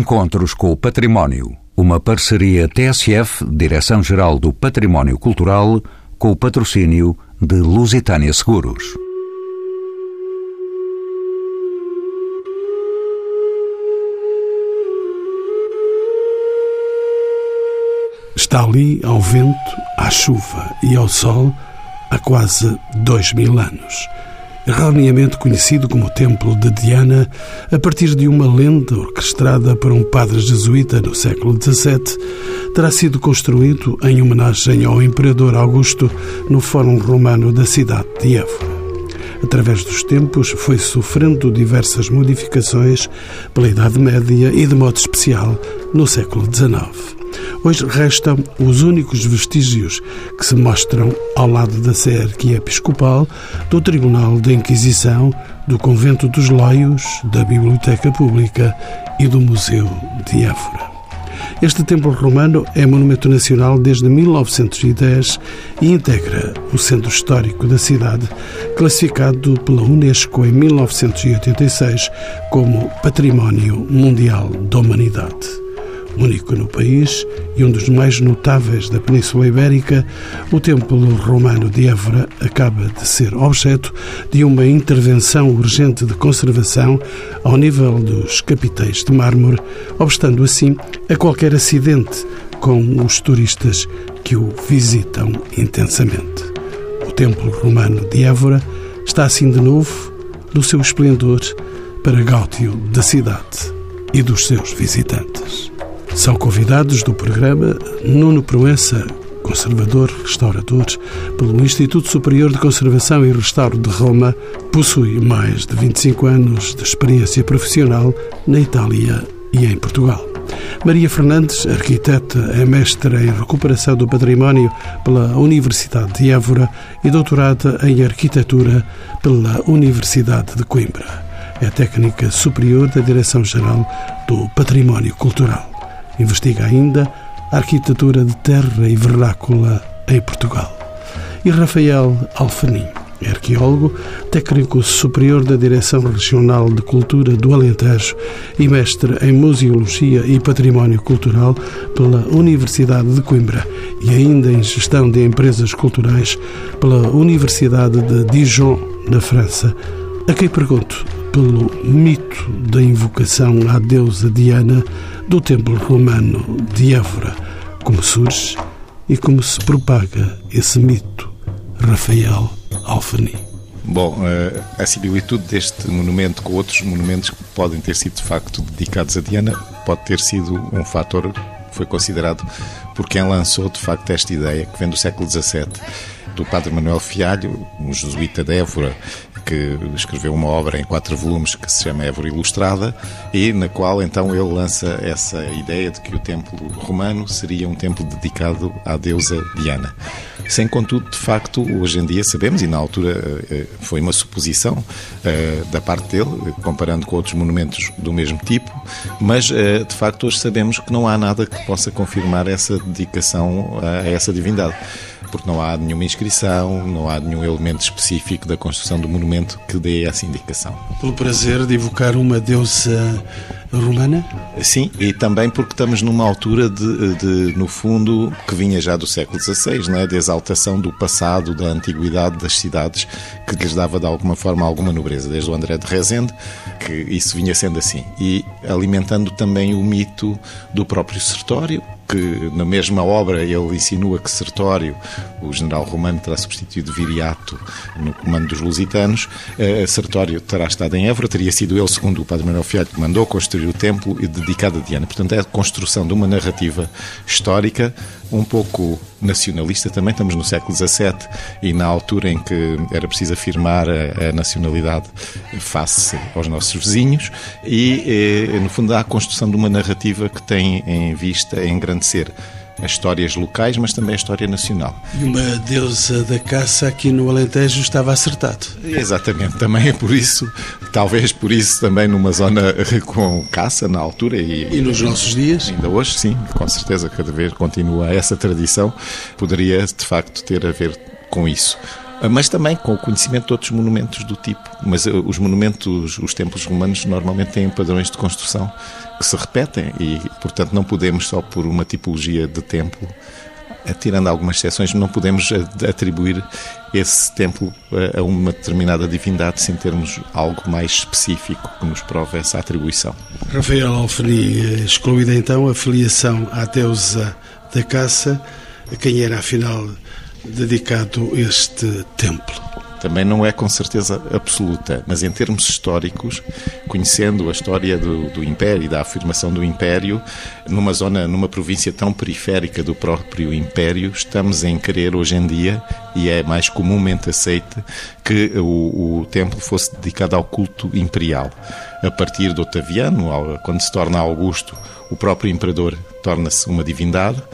Encontros com o Património, uma parceria TSF, Direção-Geral do Património Cultural, com o patrocínio de Lusitânia Seguros. Está ali ao vento, à chuva e ao sol há quase 2000 anos. Erroneamente conhecido como o Templo de Diana, a partir de uma lenda orquestrada por um padre jesuíta no século XVII, terá sido construído em homenagem ao Imperador Augusto no Fórum Romano da cidade de Évora. Através dos tempos, foi sofrendo diversas modificações pela Idade Média e, de modo especial, no século XIX. Hoje restam os únicos vestígios que se mostram ao lado da Sé Arquiepiscopal, do Tribunal da Inquisição, do Convento dos Loios, da Biblioteca Pública e do Museu de Évora. Este templo romano é monumento nacional desde 1910 e integra o centro histórico da cidade, classificado pela Unesco em 1986 como Património Mundial da Humanidade. Único no país e um dos mais notáveis da Península Ibérica, o Templo Romano de Évora acaba de ser objeto de uma intervenção urgente de conservação ao nível dos capitéis de mármore, obstando assim a qualquer acidente com os turistas que o visitam intensamente. O Templo Romano de Évora está assim de novo no seu esplendor para gáudio da cidade e dos seus visitantes. São convidados do programa Nuno Proença, conservador, restaurador, pelo Instituto Superior de Conservação e Restauro de Roma, possui mais de 25 anos de experiência profissional na Itália e em Portugal. Maria Fernandes, arquiteta, é mestra em recuperação do património pela Universidade de Évora e doutorada em arquitetura pela Universidade de Coimbra. É técnica superior da Direção-Geral do Património Cultural. Investiga ainda a arquitetura de terra e vernácula em Portugal. E Rafael Alfanim é arqueólogo, técnico superior da Direção Regional de Cultura do Alentejo e mestre em Museologia e Património Cultural pela Universidade de Coimbra e ainda em Gestão de Empresas Culturais pela Universidade de Dijon, na França, a quem pergunto pelo mito da invocação à deusa Diana do Templo Romano de Évora, como surge e como se propaga esse mito. Rafael Alfanim. Bom, a similitude deste monumento com outros monumentos que podem ter sido de facto dedicados a Diana pode ter sido um fator, foi considerado por quem lançou de facto esta ideia, que vem do século XVII, do padre Manuel Fialho, um jesuíta de Évora, que escreveu uma obra em 4 volumes que se chama Évora Ilustrada e na qual então ele lança essa ideia de que o templo romano seria um templo dedicado à deusa Diana. Sem contudo, de facto, hoje em dia sabemos, e na altura foi uma suposição da parte dele, comparando com outros monumentos do mesmo tipo, mas de facto hoje sabemos que não há nada que possa confirmar essa dedicação a essa divindade, porque não há nenhuma inscrição, não há nenhum elemento específico da construção do monumento que dê essa indicação. Pelo prazer de evocar uma deusa romana? Sim, e também porque estamos numa altura no fundo, que vinha já do século XVI, não é? De exaltação do passado, da antiguidade das cidades, que lhes dava de alguma forma alguma nobreza, desde o André de Rezende, que isso vinha sendo assim, e alimentando também o mito do próprio Sertório, que na mesma obra ele insinua que Sertório, o general romano, terá substituído Viriato no comando dos lusitanos. Sertório terá estado em Évora, teria sido ele, segundo o padre Manuel Fialho, que mandou construir o templo e dedicado a Diana. Portanto, é a construção de uma narrativa histórica um pouco nacionalista também. Estamos no século XVII e na altura em que era preciso afirmar a nacionalidade face aos nossos vizinhos e, no fundo, há a construção de uma narrativa que tem em vista engrandecer as histórias locais, mas também a história nacional. E uma deusa da caça aqui no Alentejo estava acertado. Exatamente, também é por isso, talvez por isso também numa zona com caça na altura. E nos nossos dias? Ainda hoje, sim, com certeza, cada vez continua essa tradição, poderia de facto ter a ver com isso. mas também com o conhecimento de outros monumentos do tipo. Mas os monumentos, os templos romanos, normalmente têm padrões de construção que se repetem e, portanto, não podemos só por uma tipologia de templo, tirando algumas exceções, não podemos atribuir esse templo a uma determinada divindade sem termos algo mais específico que nos prove essa atribuição. Rafael Alfani, excluída então a filiação à deusa da caça, a quem era afinal dedicado este templo? Também não é com certeza absoluta, mas em termos históricos, conhecendo a história do Império e da afirmação do Império, numa província tão periférica do próprio Império, estamos em querer hoje em dia, e é mais comumente aceite, que o templo fosse dedicado ao culto imperial. A partir de Otaviano, quando se torna Augusto, o próprio imperador torna-se uma divindade,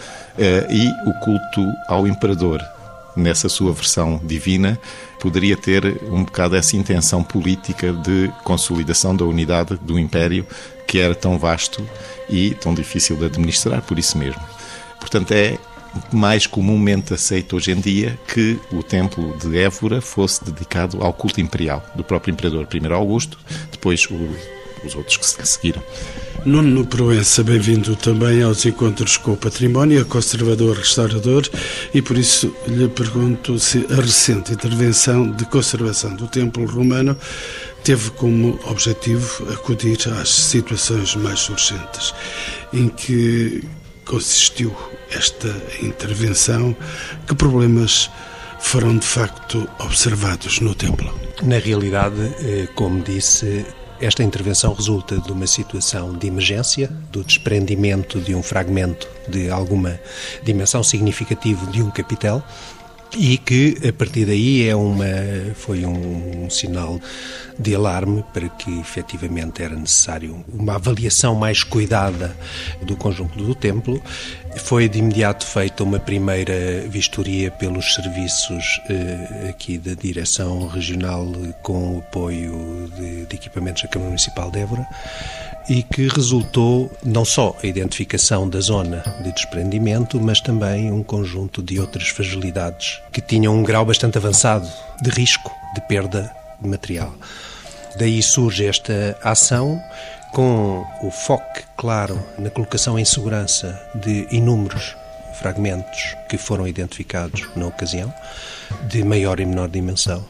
e o culto ao imperador, nessa sua versão divina, poderia ter um bocado essa intenção política de consolidação da unidade do Império, que era tão vasto e tão difícil de administrar, por isso mesmo. Portanto, é mais comumente aceito hoje em dia que o templo de Évora fosse dedicado ao culto imperial do próprio imperador, primeiro Augusto, depois os outros que se seguiram. Nuno Proença, bem-vindo também aos Encontros com o Património, é conservador-restaurador, e por isso lhe pergunto se a recente intervenção de conservação do templo romano teve como objetivo acudir às situações mais urgentes. Em que consistiu esta intervenção? Que problemas foram de facto observados no templo? Na realidade, como disse, esta intervenção resulta de uma situação de emergência, do desprendimento de um fragmento de alguma dimensão significativa de um capitel, e que, a partir daí, foi um sinal de alarme para que, efetivamente, era necessário uma avaliação mais cuidada do conjunto do templo. Foi de imediato feita uma primeira vistoria pelos serviços aqui da Direção Regional, com o apoio de equipamentos da Câmara Municipal de Évora, e que resultou não só a identificação da zona de desprendimento, mas também um conjunto de outras fragilidades que tinham um grau bastante avançado de risco de perda de material. Daí surge esta ação, com o foco claro na colocação em segurança de inúmeros fragmentos que foram identificados na ocasião, de maior e menor dimensão.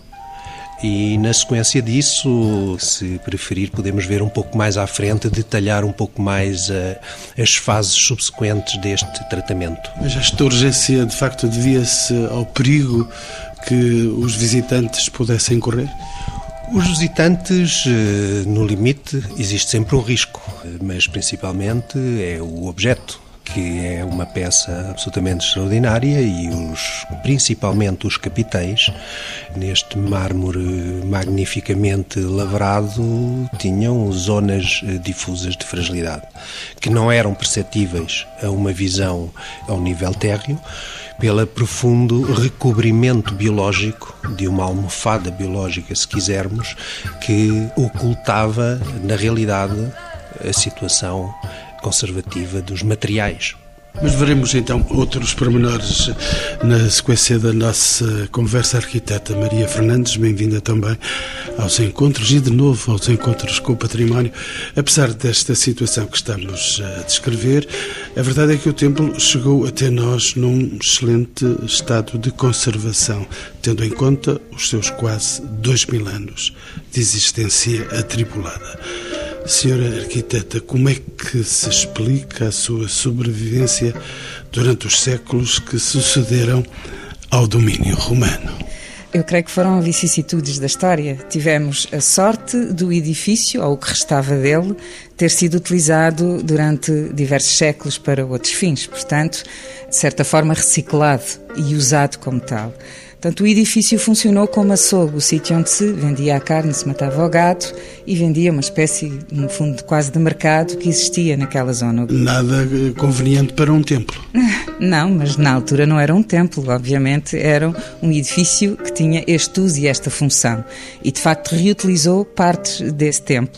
E, na sequência disso, se preferir, podemos ver um pouco mais à frente, detalhar um pouco mais as fases subsequentes deste tratamento. Mas esta urgência, de facto, devia-se ao perigo que os visitantes pudessem correr? Os visitantes, no limite, existe sempre um risco, mas principalmente é o objeto, que é uma peça absolutamente extraordinária, e principalmente os capitéis, neste mármore magnificamente lavrado, tinham zonas difusas de fragilidade, que não eram perceptíveis a uma visão ao nível térreo, pelo profundo recobrimento biológico de uma almofada biológica, se quisermos, que ocultava, na realidade, a situação conservativa dos materiais. Mas veremos então outros pormenores na sequência da nossa conversa. Arquiteta Maria Fernandes, bem-vinda também aos Encontros, e de novo aos Encontros com o Património. Apesar desta situação que estamos a descrever, a verdade é que o templo chegou até nós num excelente estado de conservação, tendo em conta os seus quase 2000 anos de existência atribulada. Senhora arquiteta, como é que se explica a sua sobrevivência durante os séculos que sucederam ao domínio romano? Eu creio que foram vicissitudes da história. Tivemos a sorte do edifício, ou o que restava dele, ter sido utilizado durante diversos séculos para outros fins, portanto, de certa forma reciclado e usado como tal. Portanto, o edifício funcionou como açougue, o sítio onde se vendia a carne, se matava o gado e vendia uma espécie, no fundo, quase de mercado que existia naquela zona. Nada conveniente para um templo. Não, mas na altura não era um templo, obviamente, era um edifício que tinha este uso e esta função. E, de facto, reutilizou partes desse templo.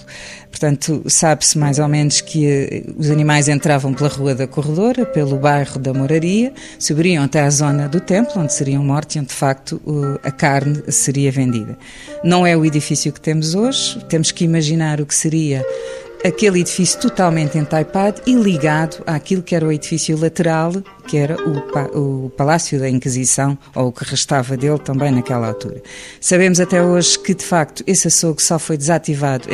Portanto, sabe-se mais ou menos que os animais entravam pela Rua da Corredora, pelo bairro da Moraria, subiriam até à zona do templo, onde seriam mortos e onde, de facto, a carne seria vendida. Não é o edifício que temos hoje, temos que imaginar o que seria aquele edifício totalmente entaipado e ligado àquilo que era o edifício lateral, que era o Palácio da Inquisição, ou o que restava dele também naquela altura. Sabemos até hoje que, de facto, esse açougue só foi desativado em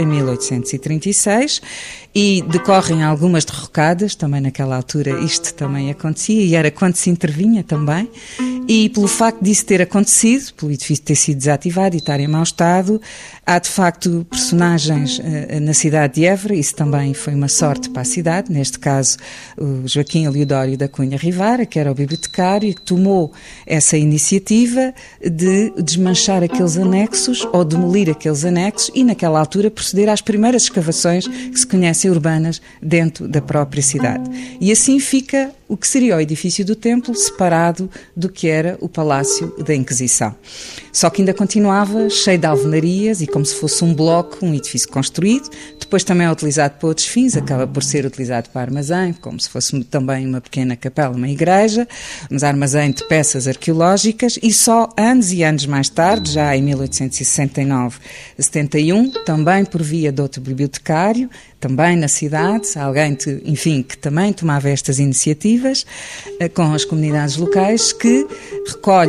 1836 e decorrem algumas derrocadas, também naquela altura isto também acontecia e era quando se intervinha também, e pelo facto disso ter acontecido, pelo edifício ter sido desativado e estar em mau estado, há de facto personagens na cidade de Évora, isso também foi uma sorte para a cidade, neste caso o Joaquim Eliodório da Cunha Rivara, que era o bibliotecário, que tomou essa iniciativa de desmanchar aqueles anexos ou demolir aqueles anexos e naquela altura proceder às primeiras escavações que se conhecem urbanas dentro da própria cidade. E assim fica o que seria o edifício do templo separado do que era o Palácio da Inquisição. Só que ainda continuava cheio de alvenarias e como se fosse um bloco, um edifício construído. Depois também é utilizado para outros fins, acaba por ser utilizado para armazém, como se fosse também uma pequena capela, uma igreja, mas armazém de peças arqueológicas, e só anos e anos mais tarde, já em 1869, 71, também por via de outro bibliotecário, também na cidade, alguém, que também tomava estas iniciativas com as comunidades locais, que recolhe,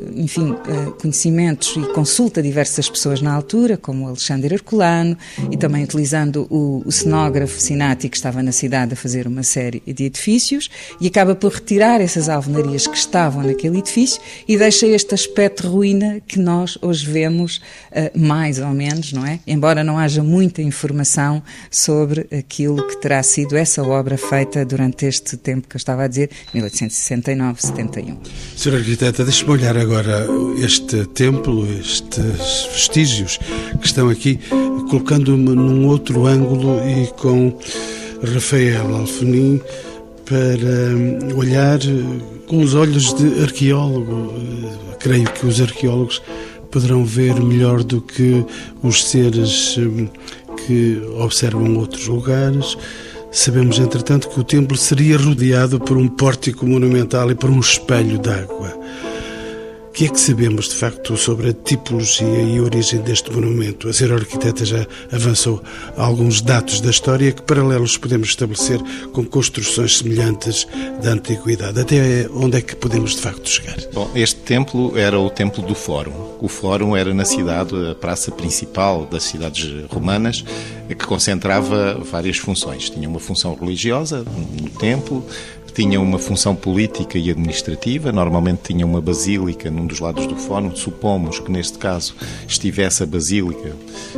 conhecimentos e consulta diversas pessoas na altura, como o Alexandre Herculano, e também utilizando o cenógrafo Sinati, que estava na cidade a fazer uma série de edifícios, e acaba por retirar essas alvenarias que estavam naquele edifício e deixa este aspecto de ruína que nós hoje vemos, mais ou menos, não é? Embora não haja muita informação sobre aquilo que terá sido essa obra feita durante este tempo que eu estava a dizer, 1869, 71. Sra. Arquiteta, deixe-me olhar agora este templo, estes vestígios que estão aqui, colocando-me num outro ângulo e com Rafael Alfenim para olhar com os olhos de arqueólogo. Creio que os arqueólogos poderão ver melhor do que os seres que observam outros lugares. Sabemos, entretanto, que o templo seria rodeado por um pórtico monumental e por um espelho d'água. O que é que sabemos, de facto, sobre a tipologia e a origem deste monumento? A Sra. Arquiteta já avançou alguns dados da história. Que paralelos podemos estabelecer com construções semelhantes da Antiguidade? Até onde é que podemos, de facto, chegar? Bom, este templo era o templo do Fórum. O Fórum era na cidade, a praça principal das cidades romanas, que concentrava várias funções. Tinha uma função religiosa no templo, tinha uma função política e administrativa, normalmente tinha uma basílica num dos lados do Fórum. Supomos que neste caso estivesse a basílica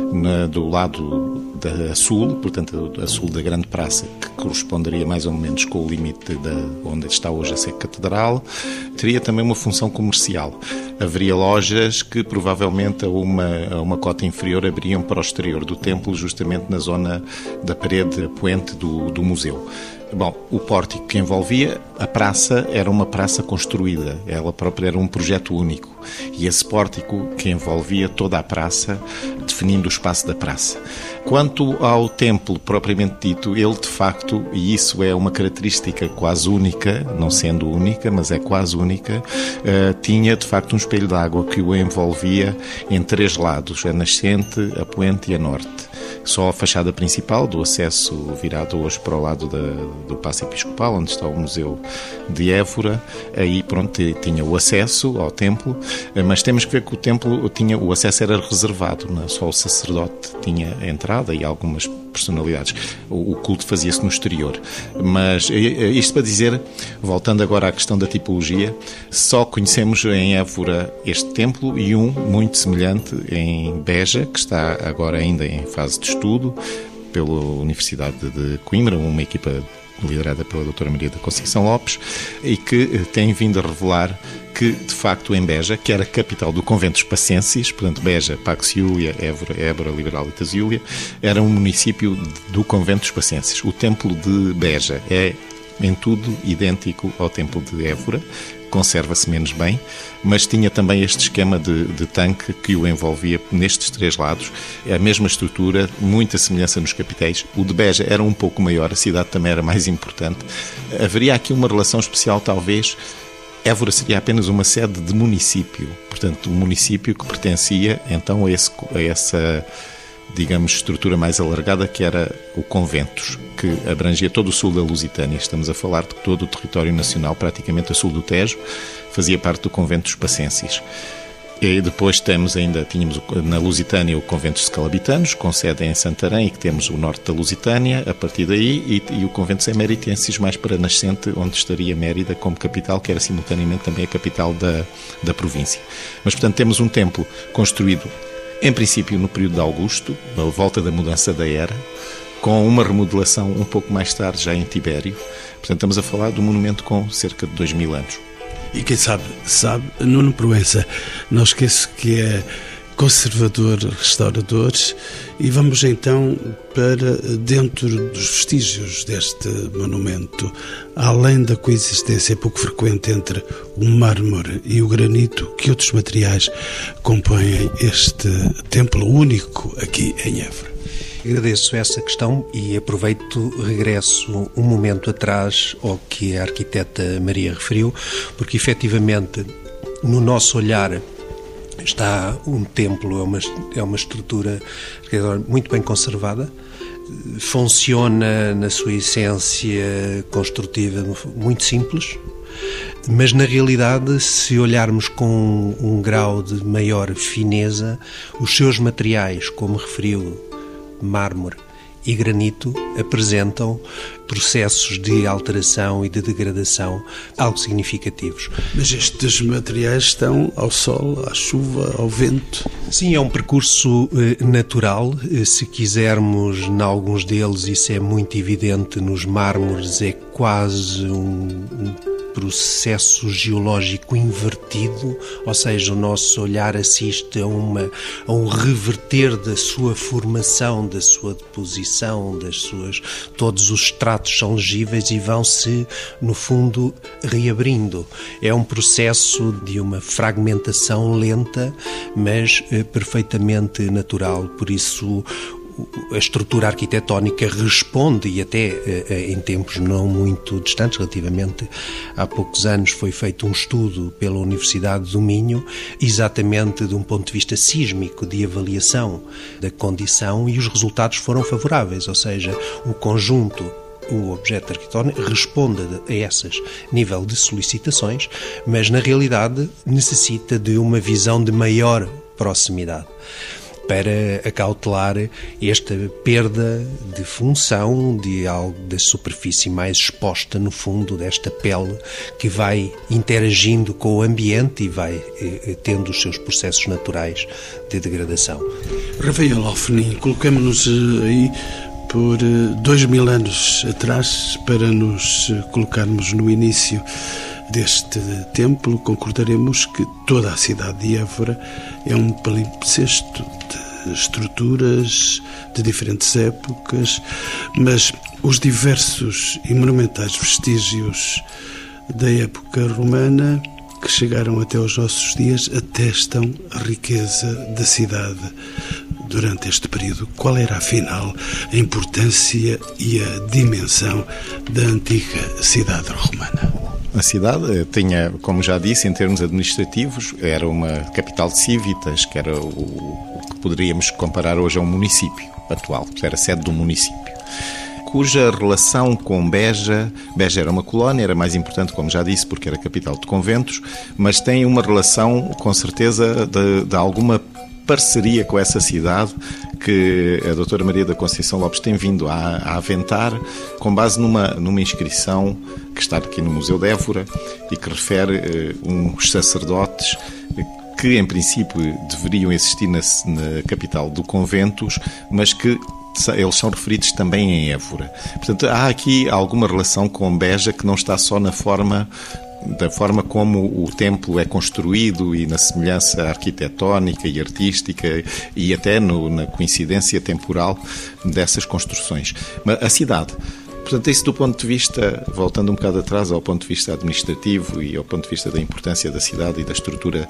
do lado a sul, portanto a sul da grande praça, que corresponderia mais ou menos com o limite onde está hoje a Sé Catedral. Teria também uma função comercial. Haveria lojas que provavelmente a uma cota inferior abriam para o exterior do templo, justamente na zona da parede poente do museu. Bom, o pórtico que envolvia a praça era uma praça construída, ela própria era um projeto único, e esse pórtico que envolvia toda a praça, definindo o espaço da praça. Quanto ao templo propriamente dito, ele de facto, e isso é uma característica quase única, não sendo única, mas é quase única, tinha de facto um espelho de água que o envolvia em 3 lados, a nascente, a poente e a norte. Só a fachada principal do acesso virado hoje para o lado do Paço Episcopal, onde está o Museu de Évora, aí pronto, tinha o acesso ao templo, mas temos que ver que o templo o acesso era reservado, só o sacerdote tinha a entrada e algumas personalidades. O culto fazia-se no exterior. Mas isto para dizer, voltando agora à questão da tipologia, só conhecemos em Évora este templo e um muito semelhante em Beja, que está agora ainda em fase de estudo pela Universidade de Coimbra, uma equipa liderada pela doutora Maria da Conceição Lopes, e que tem vindo a revelar que, de facto, em Beja, que era a capital do convento dos Pacenses, portanto, Beja, Pax Iulia, Évora, Liberalitas Iulia, era um município do convento dos Pacenses. O templo de Beja é, em tudo, idêntico ao templo de Évora, conserva-se menos bem, mas tinha também este esquema de tanque que o envolvia nestes 3 lados. A mesma estrutura, muita semelhança nos capitéis. O de Beja era um pouco maior, a cidade também era mais importante. Haveria aqui uma relação especial, talvez. Évora seria apenas uma sede de município, portanto, um município que pertencia então a essa, digamos, estrutura mais alargada, que era o Conventos, que abrangia todo o sul da Lusitânia. Estamos a falar de todo o território nacional, praticamente a sul do Tejo, fazia parte do Conventos Pacenses. E depois tínhamos na Lusitânia o Conventos Scalabitanos, com sede em Santarém, e que temos o norte da Lusitânia, a partir daí, e o Conventos Emeritenses, mais para nascente, onde estaria Mérida como capital, que era simultaneamente também a capital da província. Mas, portanto, temos um templo construído, em princípio, no período de Augusto, na volta da mudança da era, com uma remodelação um pouco mais tarde, já em Tibério. Portanto, estamos a falar de um monumento com cerca de 2000 anos. E quem sabe, Nuno Proença, não esqueço que é conservador, restaurador, e vamos então para dentro dos vestígios deste monumento, além da coexistência pouco frequente entre o mármore e o granito, que outros materiais compõem este templo único aqui em Évora? Agradeço essa questão e regresso um momento atrás ao que a arquiteta Maria referiu, porque efetivamente no nosso olhar está um templo, é uma estrutura muito bem conservada, funciona na sua essência construtiva muito simples, mas na realidade, se olharmos com um grau de maior fineza, os seus materiais, como referiu, mármore e granito, apresentam processos de alteração e de degradação algo significativos. Mas estes materiais estão ao sol, à chuva, ao vento? Sim, é um percurso natural. Se quisermos, em alguns deles, isso é muito evidente nos mármores, é quase um processo geológico invertido, ou seja, o nosso olhar assiste a um reverter da sua formação, da sua deposição, todos os estratos são legíveis e vão-se, no fundo, reabrindo. É um processo de uma fragmentação lenta, mas perfeitamente natural. Por isso, a estrutura arquitetónica responde, e até em tempos não muito distantes, relativamente há poucos anos, foi feito um estudo pela Universidade do Minho, exatamente de um ponto de vista sísmico, de avaliação da condição, e os resultados foram favoráveis, ou seja, o conjunto, o objeto arquitetónico responde a esses nível de solicitações, mas na realidade necessita de uma visão de maior proximidade para acautelar esta perda de função de algo da superfície mais exposta, no fundo, desta pele que vai interagindo com o ambiente e vai tendo os seus processos naturais de degradação. Rafael Alfenim, colocamos-nos aí por 2000 anos atrás para nos colocarmos no início deste templo. Concordaremos que toda a cidade de Évora é um palimpsesto de estruturas de diferentes épocas, mas os diversos e monumentais vestígios da época romana que chegaram até aos nossos dias atestam a riqueza da cidade durante este período. Qual era, afinal, a importância e a dimensão da antiga cidade romana? A cidade tinha, como já disse, em termos administrativos, era uma capital de civitas, que era o que poderíamos comparar hoje a um município atual, era sede do município, cuja relação com Beja era uma colónia, era mais importante, como já disse, porque era capital de conventos, mas tem uma relação, com certeza, de alguma parceria com essa cidade que a doutora Maria da Conceição Lopes tem vindo a aventar com base numa inscrição que está aqui no Museu de Évora e que refere uns sacerdotes que em princípio deveriam existir na capital do conventos, mas que eles são referidos também em Évora. Portanto, há aqui alguma relação com Beja que não está só da forma como o templo é construído e na semelhança arquitetónica e artística e até na coincidência temporal dessas construções. Mas a cidade Portanto, isso do ponto de vista, voltando um bocado atrás, ao ponto de vista administrativo e ao ponto de vista da importância da cidade e da estrutura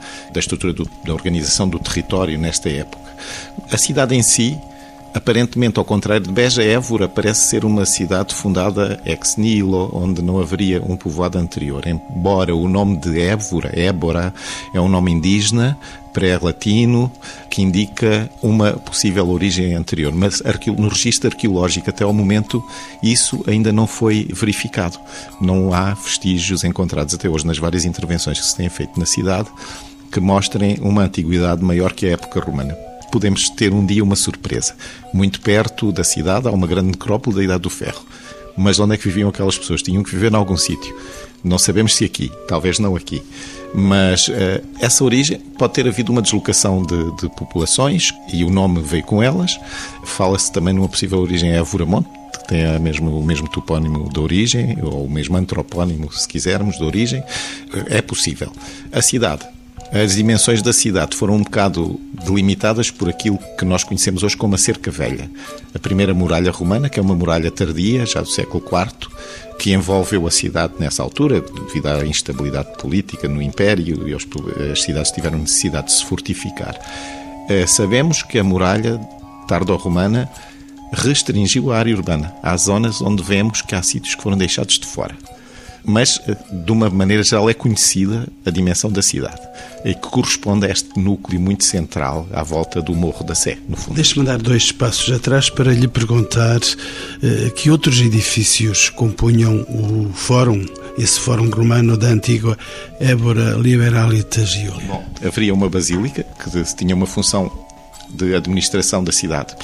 da organização do território nesta época. A cidade em si, aparentemente, ao contrário de Beja, Évora parece ser uma cidade fundada ex nihilo, onde não haveria um povoado anterior. Embora o nome de Ébora, é um nome indígena, pré-latino, que indica uma possível origem anterior. Mas no registro arqueológico, até ao momento, isso ainda não foi verificado. Não há vestígios encontrados até hoje nas várias intervenções que se têm feito na cidade que mostrem uma antiguidade maior que a época romana. Podemos ter um dia uma surpresa. Muito perto da cidade há uma grande necrópole da Idade do Ferro. Mas onde é que viviam aquelas pessoas? Tinham que viver em algum sítio. Não sabemos se aqui, talvez não aqui. Mas essa origem pode ter havido uma deslocação de populações e o nome veio com elas. Fala-se também numa possível origem Évora-Monte, que tem o mesmo topónimo de origem, ou o mesmo antropónimo, se quisermos, de origem. É possível. A cidade. As dimensões da cidade foram um bocado delimitadas por aquilo que nós conhecemos hoje como a Cerca Velha. A primeira muralha romana, que é uma muralha tardia, já do século IV, que envolveu a cidade nessa altura, devido à instabilidade política no Império, e as cidades tiveram necessidade de se fortificar. Sabemos que a muralha tardo-romana restringiu a área urbana. Há zonas onde vemos que há sítios que foram deixados de fora. Mas, de uma maneira geral, é conhecida a dimensão da cidade, e que corresponde a este núcleo muito central à volta do Morro da Sé, no fundo. Deixe-me dar 2 passos atrás para lhe perguntar que outros edifícios compunham o fórum, esse fórum romano da antiga Ébora Liberalitas Giulia. Bom, haveria uma basílica que tinha uma função de administração da cidade.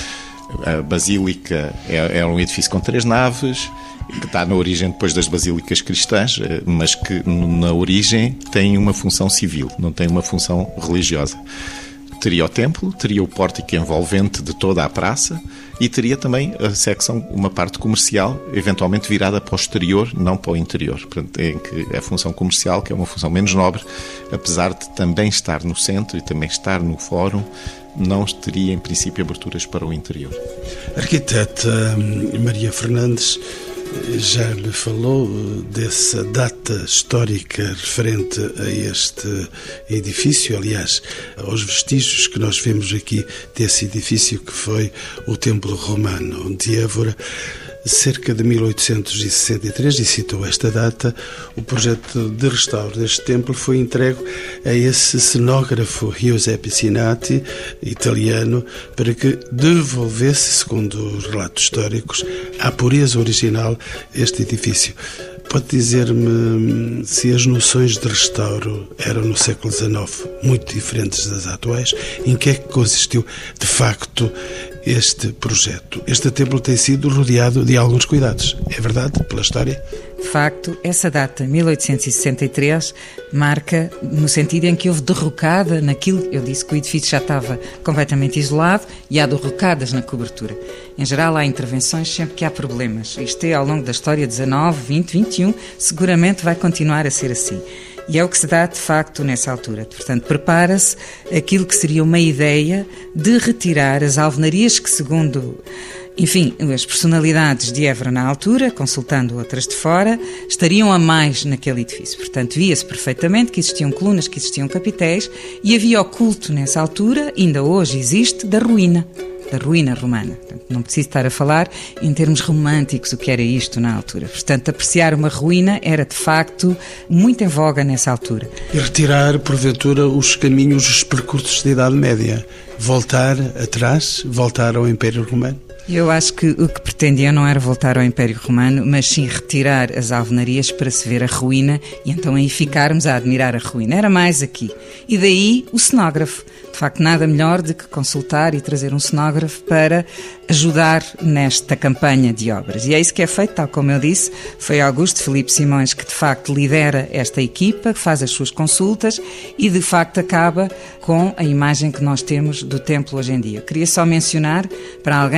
A basílica era um edifício com 3 naves, que está na origem depois das basílicas cristãs, mas que na origem tem uma função civil, não tem uma função religiosa. Teria o templo, teria o pórtico envolvente de toda a praça e teria também a secção, uma parte comercial, eventualmente virada para o exterior, não para o interior. Portanto, em que a função comercial, que é uma função menos nobre, apesar de também estar no centro e também estar no fórum, não teria, em princípio, aberturas para o interior. A arquiteta Maria Fernandes já me falou dessa data histórica referente a este edifício, aliás, aos vestígios que nós vemos aqui desse edifício que foi o Templo Romano de Évora. Cerca de 1863, e citou esta data, o projeto de restauro deste templo foi entregue a esse cenógrafo Giuseppe Sinati, italiano, para que devolvesse, segundo os relatos históricos, à pureza original este edifício. Pode dizer-me se as noções de restauro eram no século XIX muito diferentes das atuais? Em que é que consistiu, de facto, este projeto? Este templo tem sido rodeado de alguns cuidados, é verdade, pela história? De facto, essa data, 1863, marca no sentido em que houve derrocada naquilo. Eu disse que o edifício já estava completamente isolado e há derrocadas na cobertura. Em geral, há intervenções sempre que há problemas. Isto é, ao longo da história, 19, 20, 21, seguramente vai continuar a ser assim. E é o que se dá, de facto, nessa altura. Portanto, prepara-se aquilo que seria uma ideia de retirar as alvenarias que, segundo, enfim, as personalidades de Évora na altura, consultando outras de fora, estariam a mais naquele edifício. Portanto, via-se perfeitamente que existiam colunas, que existiam capitéis, e havia o culto nessa altura, ainda hoje existe, da ruína romana. Portanto, não preciso estar a falar em termos românticos o que era isto na altura. Portanto, apreciar uma ruína era, de facto, muito em voga nessa altura. E retirar, porventura, os caminhos, os percursos da Idade Média. Voltar atrás, voltar ao Império Romano. Eu acho que o que pretendiam não era voltar ao Império Romano, mas sim retirar as alvenarias para se ver a ruína e então aí ficarmos a admirar a ruína. Era mais aqui. E daí o cenógrafo. De facto, nada melhor do que consultar e trazer um cenógrafo para ajudar nesta campanha de obras. E é isso que é feito, tal como eu disse. Foi Augusto Filipe Simões que, de facto, lidera esta equipa, que faz as suas consultas e, de facto, acaba com a imagem que nós temos do templo hoje em dia. Queria só mencionar, para alguém que passe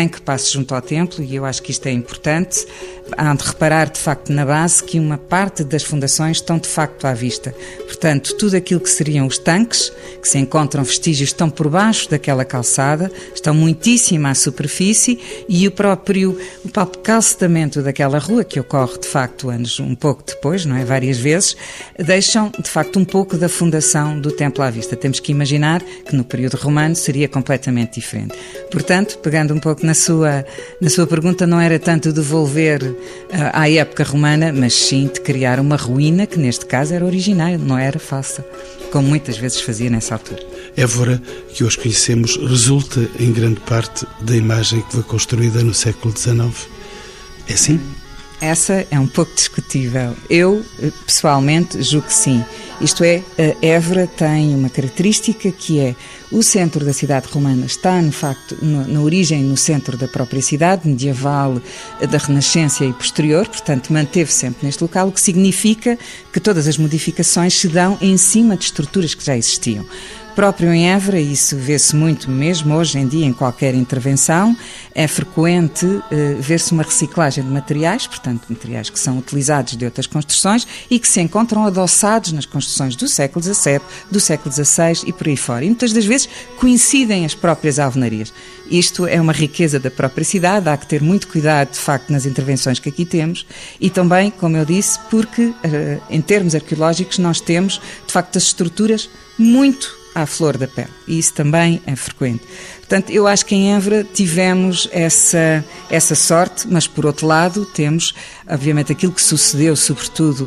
colocar-se junto ao templo, e eu acho que isto é importante. Há de reparar, de facto, na base, que uma parte das fundações estão, de facto, à vista. Portanto, tudo aquilo que seriam os tanques, que se encontram vestígios, estão por baixo daquela calçada, estão muitíssimo à superfície, e o próprio calcetamento daquela rua, que ocorre, de facto, anos um pouco depois, não é? Várias vezes, deixam, de facto, um pouco da fundação do templo à vista. Temos que imaginar que no período romano seria completamente diferente. Portanto, pegando um pouco na sua pergunta, não era tanto devolver à época romana, mas sim de criar uma ruína que neste caso era original, não era falsa, como muitas vezes fazia nessa altura. Évora, que hoje conhecemos, resulta em grande parte da imagem que foi construída no século XIX. É assim? Essa é um pouco discutível. Eu, pessoalmente, julgo que sim. Isto é, Évora tem uma característica que é o centro da cidade romana está, no facto, na origem, no centro da própria cidade, medieval, da Renascença e posterior, portanto, manteve-se sempre neste local, o que significa que todas as modificações se dão em cima de estruturas que já existiam. Próprio em Évora, isso vê-se muito mesmo hoje em dia em qualquer intervenção, é frequente ver-se uma reciclagem de materiais, portanto materiais que são utilizados de outras construções e que se encontram adoçados nas construções do século XVII, do século XVI e por aí fora. E muitas das vezes coincidem as próprias alvenarias. Isto é uma riqueza da própria cidade, há que ter muito cuidado de facto nas intervenções que aqui temos e também, como eu disse, porque em termos arqueológicos nós temos de facto as estruturas muito à flor da pele, e isso também é frequente. Portanto, eu acho que em Évora tivemos essa sorte, mas por outro lado temos, obviamente, aquilo que sucedeu, sobretudo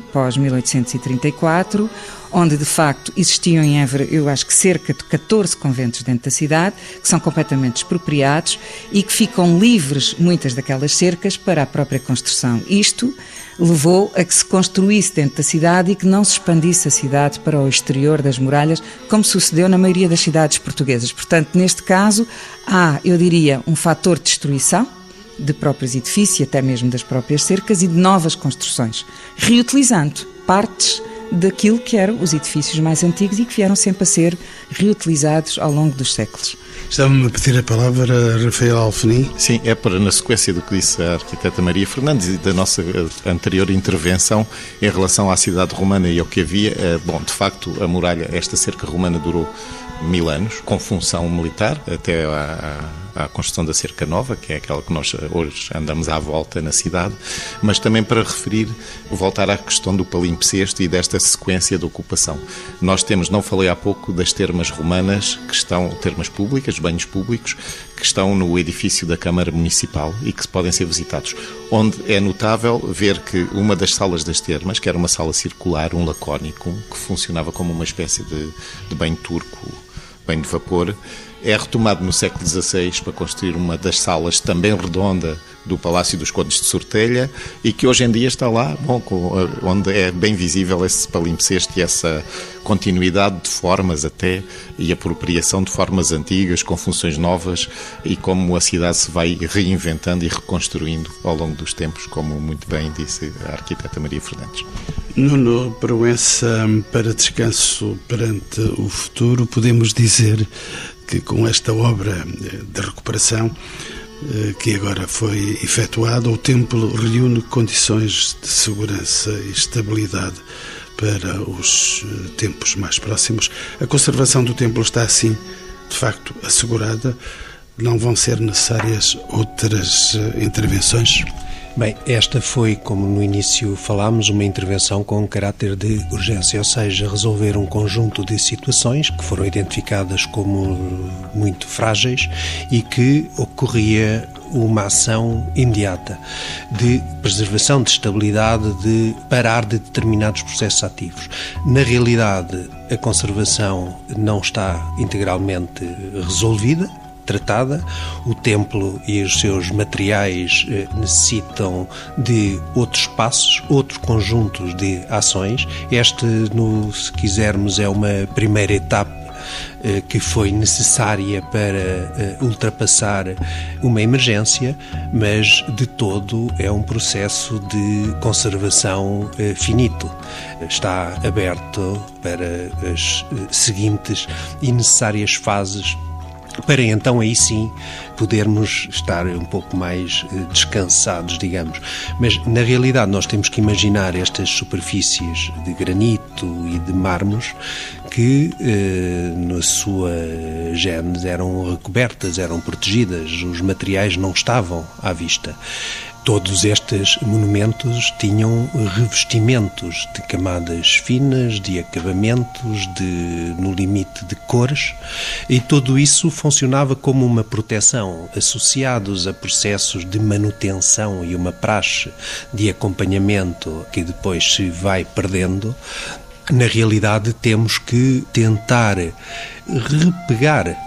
pós-1834, onde de facto existiam em Évora, eu acho que cerca de 14 conventos dentro da cidade, que são completamente expropriados e que ficam livres, muitas daquelas cercas, para a própria construção. Isto levou a que se construísse dentro da cidade e que não se expandisse a cidade para o exterior das muralhas, como sucedeu na maioria das cidades portuguesas. Portanto, neste caso, há, eu diria, um fator de destruição de próprios edifícios, até mesmo das próprias cercas, e de novas construções, reutilizando partes daquilo que eram os edifícios mais antigos e que vieram sempre a ser reutilizados ao longo dos séculos. Estava-me a pedir a palavra a Rafael Alfenim. Sim, é para, na sequência do que disse a arquiteta Maria Fernandes e da nossa anterior intervenção em relação à cidade romana e ao que havia, bom, de facto, a muralha, esta cerca romana durou 1000 anos, com função militar, até à construção da cerca nova, que é aquela que nós hoje andamos à volta na cidade, mas também para referir, voltar à questão do palimpsesto e desta sequência de ocupação. Nós temos, não falei há pouco, das termas romanas, que estão, termas públicas, banhos públicos, que estão no edifício da Câmara Municipal e que podem ser visitados, onde é notável ver que uma das salas das termas, que era uma sala circular, um lacónico, que funcionava como uma espécie de banho turco, banho de vapor, é retomado no século XVI para construir uma das salas também redonda do Palácio dos Condes de Sortelha e que hoje em dia está lá, bom, onde é bem visível esse palimpsesto e essa continuidade de formas até e apropriação de formas antigas com funções novas e como a cidade se vai reinventando e reconstruindo ao longo dos tempos, como muito bem disse a arquiteta Maria Fernandes. Nuno Proença, para descanso perante o futuro, podemos dizer que com esta obra de recuperação que agora foi efetuada, o templo reúne condições de segurança e estabilidade para os tempos mais próximos. A conservação do templo está assim, de facto, assegurada. Não vão ser necessárias outras intervenções? Bem, esta foi, como no início falámos, uma intervenção com caráter de urgência, ou seja, resolver um conjunto de situações que foram identificadas como muito frágeis e que ocorria uma ação imediata de preservação, de estabilidade, de parar de determinados processos ativos. Na realidade, a conservação não está integralmente resolvida, tratada. O templo e os seus materiais necessitam de outros passos, outros conjuntos de ações. Este, se quisermos, é uma primeira etapa que foi necessária para ultrapassar uma emergência, mas de todo é um processo de conservação finito. Está aberto para as seguintes e necessárias fases para então aí sim podermos estar um pouco mais descansados, digamos. Mas na realidade nós temos que imaginar estas superfícies de granito e de mármores que na sua gênese eram recobertas, eram protegidas, os materiais não estavam à vista. Todos estes monumentos tinham revestimentos de camadas finas, de acabamentos, no limite de cores, e tudo isso funcionava como uma proteção, associados a processos de manutenção e uma praxe de acompanhamento que depois se vai perdendo. Na realidade, temos que tentar repegar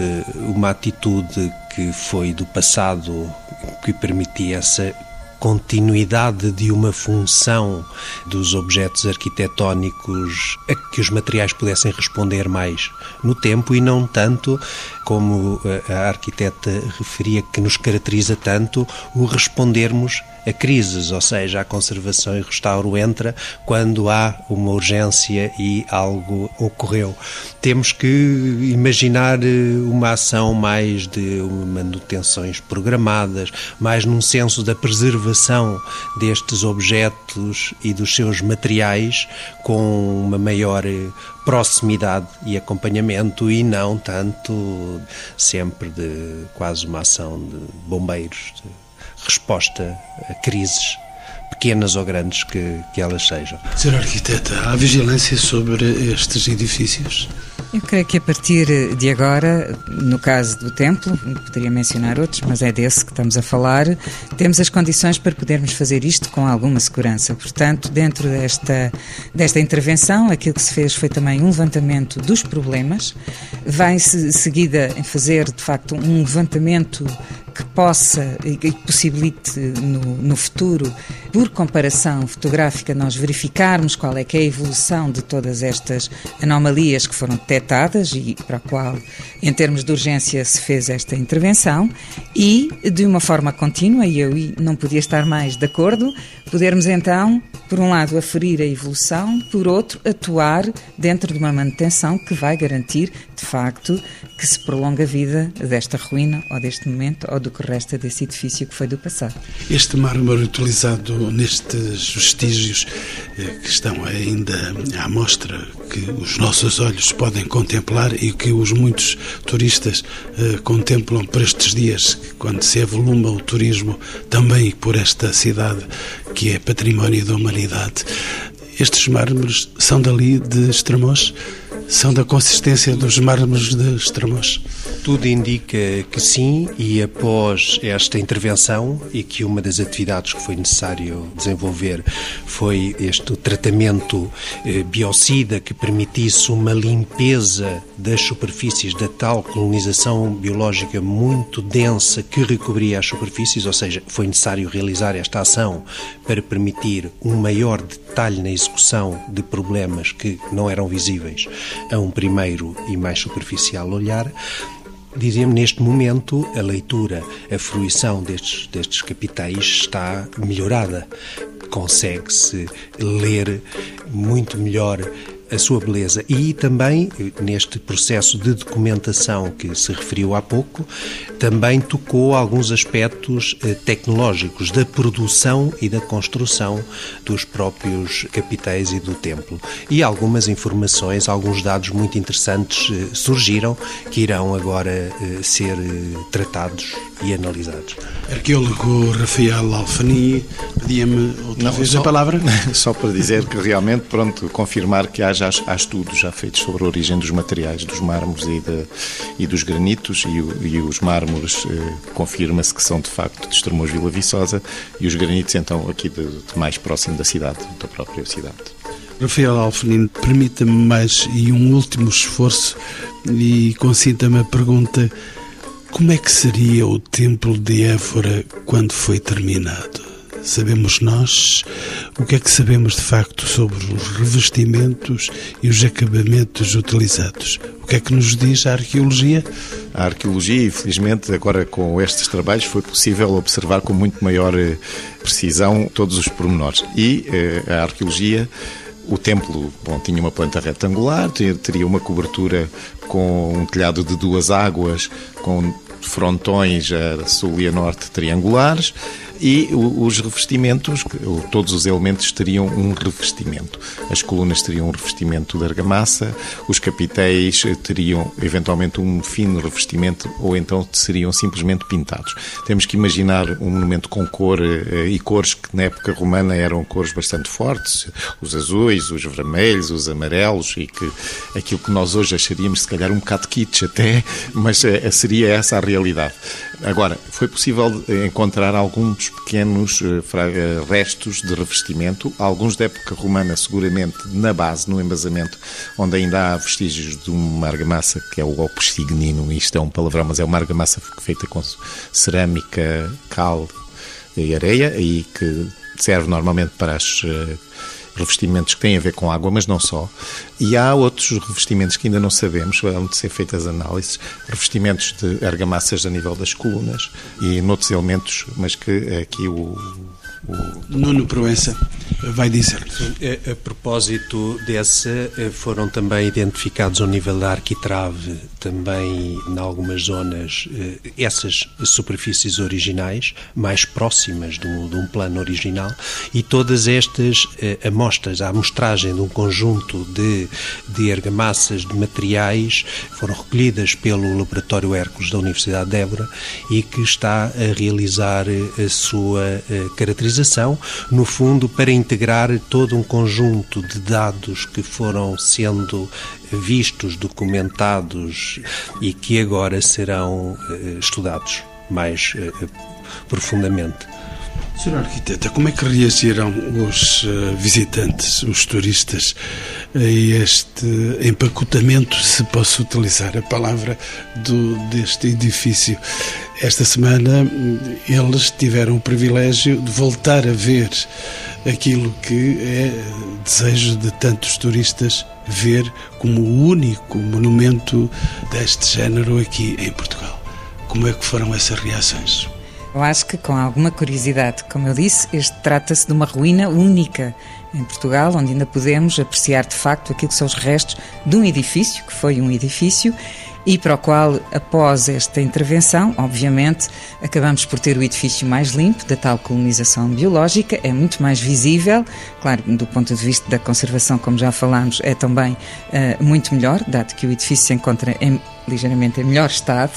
uma atitude que foi do passado, que permitia essa continuidade de uma função dos objetos arquitetónicos a que os materiais pudessem responder mais no tempo e não tanto, como a arquiteta referia, que nos caracteriza tanto, o respondermos a crises, ou seja, a conservação e restauro entra quando há uma urgência e algo ocorreu. Temos que imaginar uma ação mais de manutenções programadas, mais num senso da preservação destes objetos e dos seus materiais com uma maior proximidade e acompanhamento e não tanto sempre de quase uma ação de bombeiros, de resposta a crises, pequenas ou grandes que elas sejam. Sr. Arquiteta, há vigilância sobre estes edifícios? Eu creio que a partir de agora, no caso do templo, poderia mencionar outros, mas é desse que estamos a falar, temos as condições para podermos fazer isto com alguma segurança. Portanto, dentro desta intervenção, aquilo que se fez foi também um levantamento dos problemas, vai-se seguida em fazer, de facto, um levantamento que possa e que possibilite no futuro, por comparação fotográfica, nós verificarmos qual é que é a evolução de todas estas anomalias que foram detectadas e para a qual, em termos de urgência, se fez esta intervenção e, de uma forma contínua, e eu não podia estar mais de acordo, podermos então, por um lado, aferir a evolução, por outro, atuar dentro de uma manutenção que vai garantir, de facto, que se prolongue a vida desta ruína ou deste momento ou do que resta desse edifício que foi do passado. Este mármore utilizado nestes vestígios que estão ainda à mostra, que os nossos olhos podem contemplar e que os muitos turistas contemplam por estes dias, quando se avoluma o turismo também por esta cidade que é património da humanidade. Estes mármores são dali de Estremoz? São da consistência dos mármores de Estremoz? Tudo indica que sim, e após esta intervenção, e que uma das atividades que foi necessário desenvolver foi este tratamento biocida que permitisse uma limpeza das superfícies da tal colonização biológica muito densa que recobria as superfícies, ou seja, foi necessário realizar esta ação para permitir um maior detalhe na execução de problemas que não eram visíveis a um primeiro e mais superficial olhar. Dizemos, neste momento, a leitura, a fruição destes capitais está melhorada. Consegue-se ler muito melhor a sua beleza e também, neste processo de documentação que se referiu há pouco, também tocou alguns aspectos tecnológicos da produção e da construção dos próprios capitais e do templo. E algumas informações, alguns dados muito interessantes surgiram que irão agora ser tratados e analisados. Arqueólogo Rafael Alfani, pedia-me outra vez a palavra? Só para dizer que realmente, confirmar que há estudos já feitos sobre a origem dos materiais, dos mármores e dos granitos, e os mármores confirma-se que são de facto de Estremoz Vila Viçosa e os granitos então aqui de mais próximo da cidade, da própria cidade. Rafael Alfani, permita-me mais e um último esforço e consinta-me a pergunta: como é que seria o templo de Évora quando foi terminado? Sabemos nós o que é que sabemos de facto sobre os revestimentos e os acabamentos utilizados? O que é que nos diz a arqueologia? A arqueologia, infelizmente, agora com estes trabalhos foi possível observar com muito maior precisão todos os pormenores. E a arqueologia O templo, tinha uma planta retangular, teria uma cobertura com um telhado de 2 águas, com frontões a sul e a norte triangulares, e os revestimentos, todos os elementos teriam um revestimento. As colunas teriam um revestimento de argamassa, os capitéis teriam eventualmente um fino revestimento ou então seriam simplesmente pintados. Temos que imaginar um monumento com cor e cores que na época romana eram cores bastante fortes, os azuis, os vermelhos, os amarelos, e que aquilo que nós hoje acharíamos se calhar um bocado kitsch até, mas seria essa a realidade. Agora, foi possível encontrar alguns pequenos restos de revestimento, alguns da época romana seguramente na base, no embasamento, onde ainda há vestígios de uma argamassa que é o opus signinum, isto é um palavrão, mas é uma argamassa feita com cerâmica, cal e areia, e que serve normalmente para os revestimentos que têm a ver com água, mas não só. E há outros revestimentos que ainda não sabemos, vão de ser feitas análises, revestimentos de argamassas a nível das colunas e noutros elementos, mas que aqui o Nuno Proença vai dizer. A propósito dessa, foram também identificados ao nível da arquitrave, também em algumas zonas, essas superfícies originais, mais próximas de um plano original, e todas estas amostras, a amostragem de um conjunto de argamassas, de materiais, foram recolhidas pelo Laboratório Hércules da Universidade de Évora e que está a realizar a sua caracterização, no fundo, para integrar todo um conjunto de dados que foram sendo vistos, documentados e que agora serão estudados mais profundamente. Sr. Arquiteta, como é que reagiram os visitantes, os turistas, a este empacotamento, se posso utilizar a palavra, deste edifício? Esta semana eles tiveram o privilégio de voltar a ver aquilo que é desejo de tantos turistas ver como o único monumento deste género aqui em Portugal. Como é que foram essas reações? Eu acho que com alguma curiosidade, como eu disse, trata-se de uma ruína única em Portugal, onde ainda podemos apreciar de facto aquilo que são os restos de um edifício, que foi um edifício, e para o qual, após esta intervenção, obviamente, acabamos por ter o edifício mais limpo, da tal colonização biológica, é muito mais visível, claro, do ponto de vista da conservação, como já falámos, é também muito melhor, dado que o edifício se encontra ligeiramente em melhor estado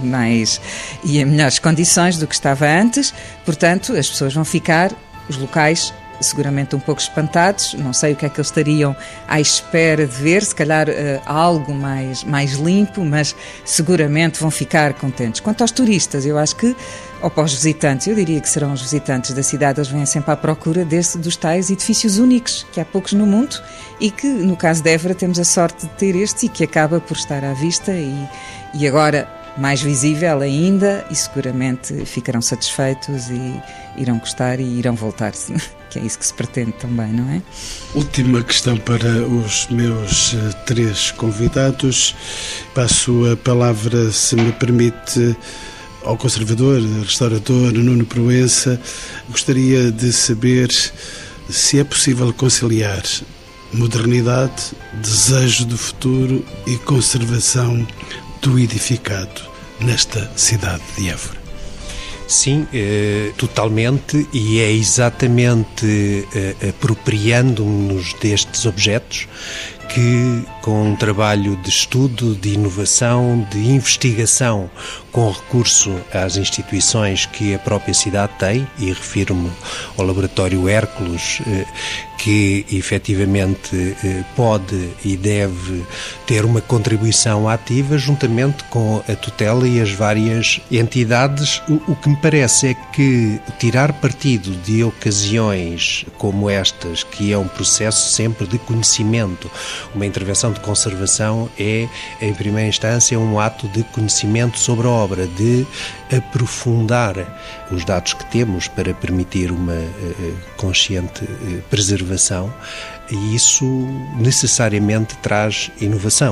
e em melhores condições do que estava antes, portanto, as pessoas vão ficar, os locais, seguramente um pouco espantados, não sei o que é que eles estariam à espera de ver, se calhar algo mais limpo, mas seguramente vão ficar contentes. Quanto aos turistas, eu acho que, ou para os visitantes, eu diria que serão os visitantes da cidade, eles vêm sempre à procura dos tais edifícios únicos, que há poucos no mundo, e que, no caso de Évora, temos a sorte de ter este e que acaba por estar à vista e agora mais visível ainda, e seguramente ficarão satisfeitos e irão gostar e irão voltar-se, que é isso que se pretende também, não é? Última questão para os meus 3 convidados. Passo a palavra, se me permite, ao conservador, restaurador Nuno Proença. Gostaria de saber se é possível conciliar modernidade, desejo do futuro e conservação do edificado nesta cidade de Évora. Sim, totalmente, e é exatamente apropriando-nos destes objetos que, com um trabalho de estudo, de inovação, de investigação, com recurso às instituições que a própria cidade tem, e refiro-me ao Laboratório Hércules, que efetivamente pode e deve ter uma contribuição ativa juntamente com a tutela e as várias entidades. O que me parece é que tirar partido de ocasiões como estas, que é um processo sempre de conhecimento, uma intervenção de conservação é, em primeira instância, um ato de conhecimento sobre a obra, de aprofundar os dados que temos para permitir uma consciente preservação, e isso necessariamente traz inovação.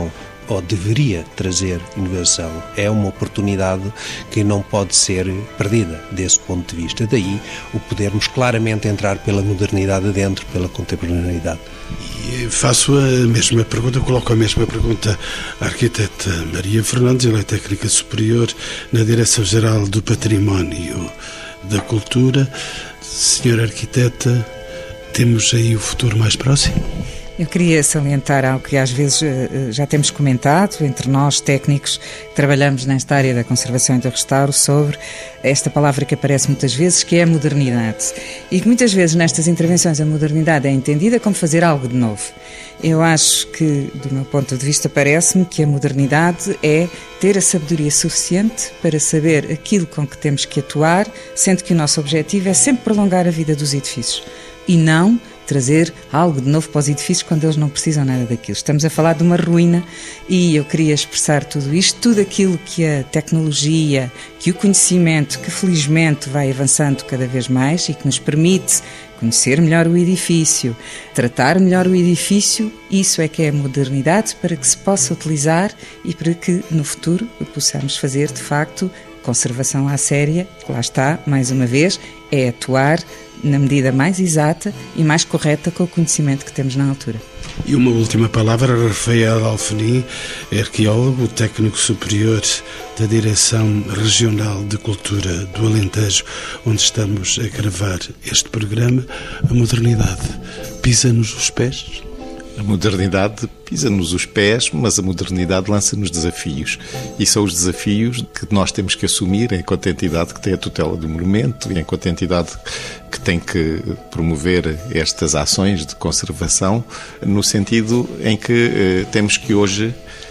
ou deveria trazer inovação. É uma oportunidade que não pode ser perdida desse ponto de vista. Daí o podermos claramente entrar pela modernidade dentro, pela contemporaneidade. E faço a mesma pergunta, coloco a mesma pergunta à arquiteta Maria Fernandes, ela é técnica superior na Direção-Geral do Património da Cultura. Senhora arquiteta, temos aí o futuro mais próximo? Eu queria salientar algo que às vezes já temos comentado entre nós, técnicos, que trabalhamos nesta área da conservação e do restauro, sobre esta palavra que aparece muitas vezes, que é a modernidade. E que muitas vezes nestas intervenções a modernidade é entendida como fazer algo de novo. Eu acho que, do meu ponto de vista, parece-me que a modernidade é ter a sabedoria suficiente para saber aquilo com que temos que atuar, sendo que o nosso objetivo é sempre prolongar a vida dos edifícios e não trazer algo de novo para os edifícios quando eles não precisam nada daquilo. Estamos a falar de uma ruína e eu queria expressar tudo isto, tudo aquilo que a tecnologia, que o conhecimento, que felizmente vai avançando cada vez mais e que nos permite conhecer melhor o edifício, tratar melhor o edifício, isso é que é a modernidade para que se possa utilizar e para que no futuro possamos fazer de facto conservação à séria, que lá está, mais uma vez, é atuar na medida mais exata e mais correta com o conhecimento que temos na altura. E uma última palavra, Rafael Alfenim, arqueólogo, técnico superior da Direção Regional de Cultura do Alentejo, onde estamos a gravar este programa. A modernidade pisa-nos os pés? A modernidade pisa-nos os pés, mas a modernidade lança-nos desafios. E são os desafios que nós temos que assumir enquanto entidade que tem a tutela do monumento e enquanto entidade que tem que promover estas ações de conservação, no sentido em que temos que hoje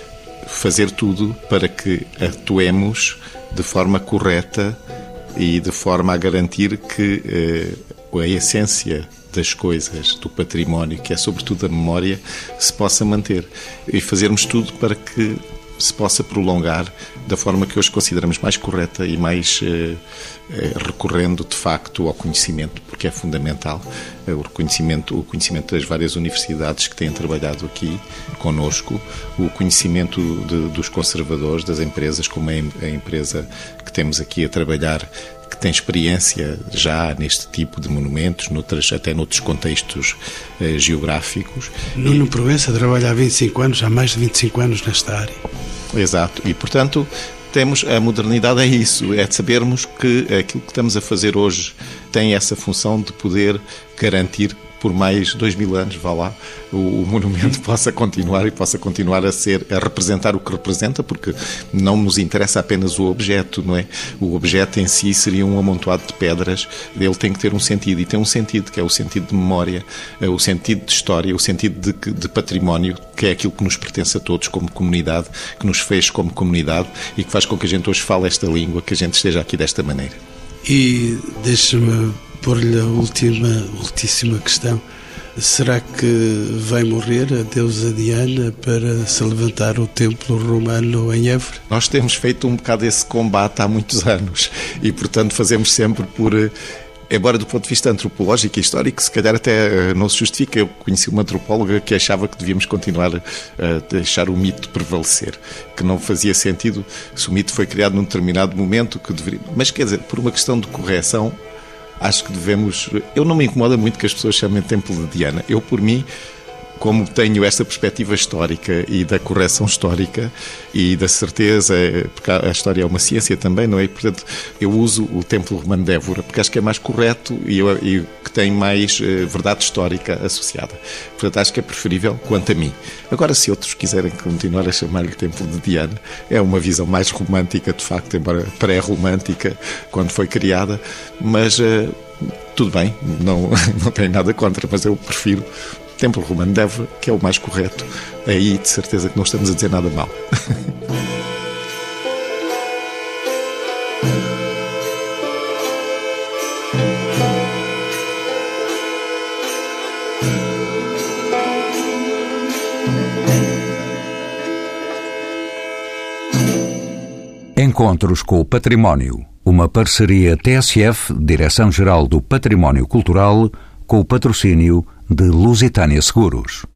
fazer tudo para que atuemos de forma correta e de forma a garantir que a essência das coisas, do património, que é sobretudo a memória, se possa manter e fazermos tudo para que se possa prolongar da forma que hoje consideramos mais correta e mais recorrendo de facto ao conhecimento, porque é fundamental o conhecimento das várias universidades que têm trabalhado aqui connosco, o conhecimento dos conservadores, das empresas, como a empresa que temos aqui a trabalhar, que tem experiência já neste tipo de monumentos, até noutros contextos geográficos. Nuno Proença trabalha há 25 anos, há mais de 25 anos nesta área. Exato, e portanto temos a modernidade, é isso, é de sabermos que aquilo que estamos a fazer hoje tem essa função de poder garantir por mais 2000 anos, vá lá, o monumento possa continuar a representar o que representa, porque não nos interessa apenas o objeto, não é? O objeto em si seria um amontoado de pedras, ele tem que ter um sentido, e tem um sentido que é o sentido de memória, o sentido de história, o sentido de património, que é aquilo que nos pertence a todos como comunidade, que nos fez como comunidade e que faz com que a gente hoje fale esta língua, que a gente esteja aqui desta maneira. E deixa-me pôr-lhe a ultíssima questão. Será que vai morrer a deusa Diana para se levantar o templo romano em Évora? Nós temos feito um bocado esse combate há muitos anos e, portanto, fazemos sempre por... Embora do ponto de vista antropológico e histórico, se calhar até não se justifica. Eu conheci uma antropóloga que achava que devíamos continuar a deixar o mito prevalecer, que não fazia sentido se o mito foi criado num determinado momento, que deveria... Mas, quer dizer, por uma questão de correção, acho que devemos... Eu não me incomoda muito que as pessoas chamem Templo de Diana. Eu, por mim, como tenho esta perspectiva histórica e da correção histórica e da certeza, porque a história é uma ciência também, não é? E, portanto, eu uso o Templo Romano de Évora, porque acho que é mais correto e que tem mais verdade histórica associada. Portanto, acho que é preferível quanto a mim. Agora, se outros quiserem continuar a chamar-lhe Templo de Diana, é uma visão mais romântica, de facto, embora pré-romântica, quando foi criada, mas tudo bem, não tenho nada contra, mas eu prefiro Templo Romano de Évora, que é o mais correto. Aí, de certeza que não estamos a dizer nada mal. Encontros com o Património. Uma parceria TSF, Direção-Geral do Património Cultural, com o patrocínio de Lusitânia Seguros.